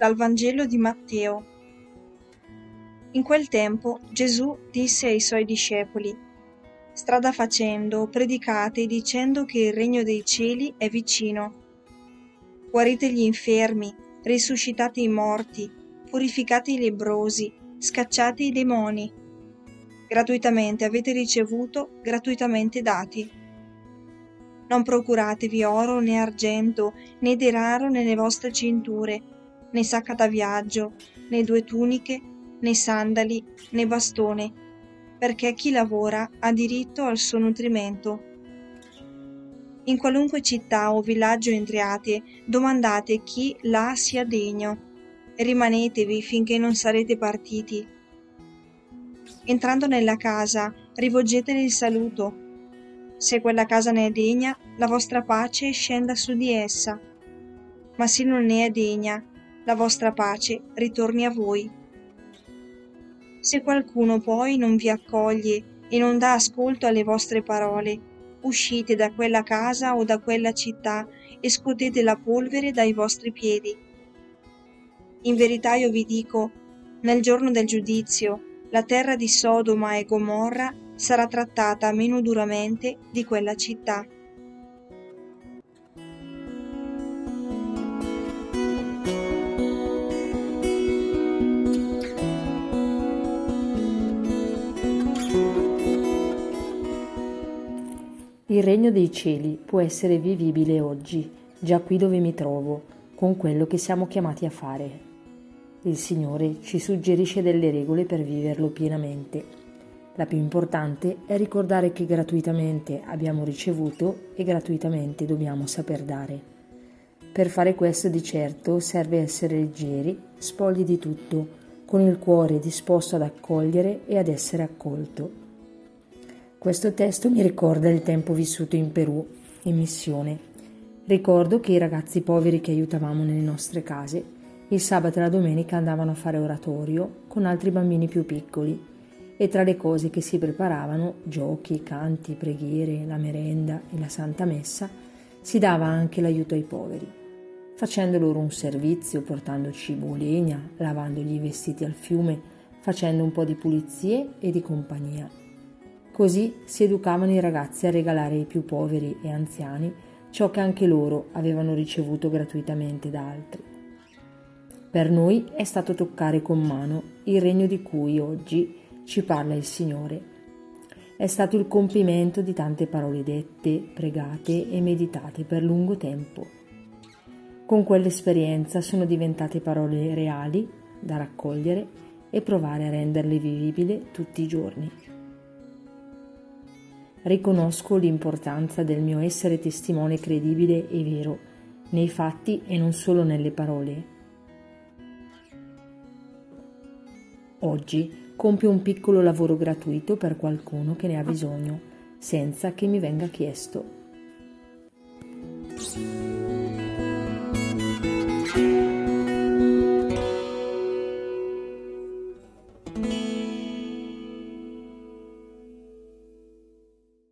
Dal Vangelo di Matteo. In quel tempo Gesù disse ai suoi discepoli: «Strada facendo, predicate dicendo che il regno dei cieli è vicino. Guarite gli infermi, risuscitate i morti, purificate i lebbrosi, scacciate i demoni. Gratuitamente avete ricevuto, gratuitamente dati. Non procuratevi oro né argento, né denaro nelle vostre cinture, né sacca da viaggio, né 2 tuniche, né sandali, né bastone, perché chi lavora ha diritto al suo nutrimento. In qualunque città o villaggio entriate, domandate chi là sia degno, e rimanetevi finché non sarete partiti. Entrando nella casa, rivolgetele il saluto. Se quella casa ne è degna, la vostra pace scenda su di essa. Ma se non ne è degna, la vostra pace ritorni a voi. Se qualcuno poi non vi accoglie e non dà ascolto alle vostre parole, uscite da quella casa o da quella città e scotete la polvere dai vostri piedi. In verità io vi dico, nel giorno del giudizio, la terra di Sodoma e Gomorra sarà trattata meno duramente di quella città. Il regno dei cieli può essere vivibile oggi, già qui dove mi trovo, con quello che siamo chiamati a fare. Il Signore ci suggerisce delle regole per viverlo pienamente. La più importante è ricordare che gratuitamente abbiamo ricevuto e gratuitamente dobbiamo saper dare. Per fare questo di certo serve essere leggeri, spogli di tutto, con il cuore disposto ad accogliere e ad essere accolto. Questo testo mi ricorda il tempo vissuto in Perù, in missione. Ricordo che i ragazzi poveri che aiutavamo nelle nostre case, il sabato e la domenica andavano a fare oratorio con altri bambini più piccoli e tra le cose che si preparavano, giochi, canti, preghiere, la merenda e la Santa Messa, si dava anche l'aiuto ai poveri, facendo loro un servizio, portando cibo o legna, lavandogli i vestiti al fiume, facendo un po' di pulizie e di compagnia. Così si educavano i ragazzi a regalare ai più poveri e anziani ciò che anche loro avevano ricevuto gratuitamente da altri. Per noi è stato toccare con mano il regno di cui oggi ci parla il Signore. È stato il compimento di tante parole dette, pregate e meditate per lungo tempo. Con quell'esperienza sono diventate parole reali da raccogliere e provare a renderle vivibili tutti i giorni. Riconosco l'importanza del mio essere testimone credibile e vero, nei fatti e non solo nelle parole. Oggi compio un piccolo lavoro gratuito per qualcuno che ne ha bisogno, senza che mi venga chiesto.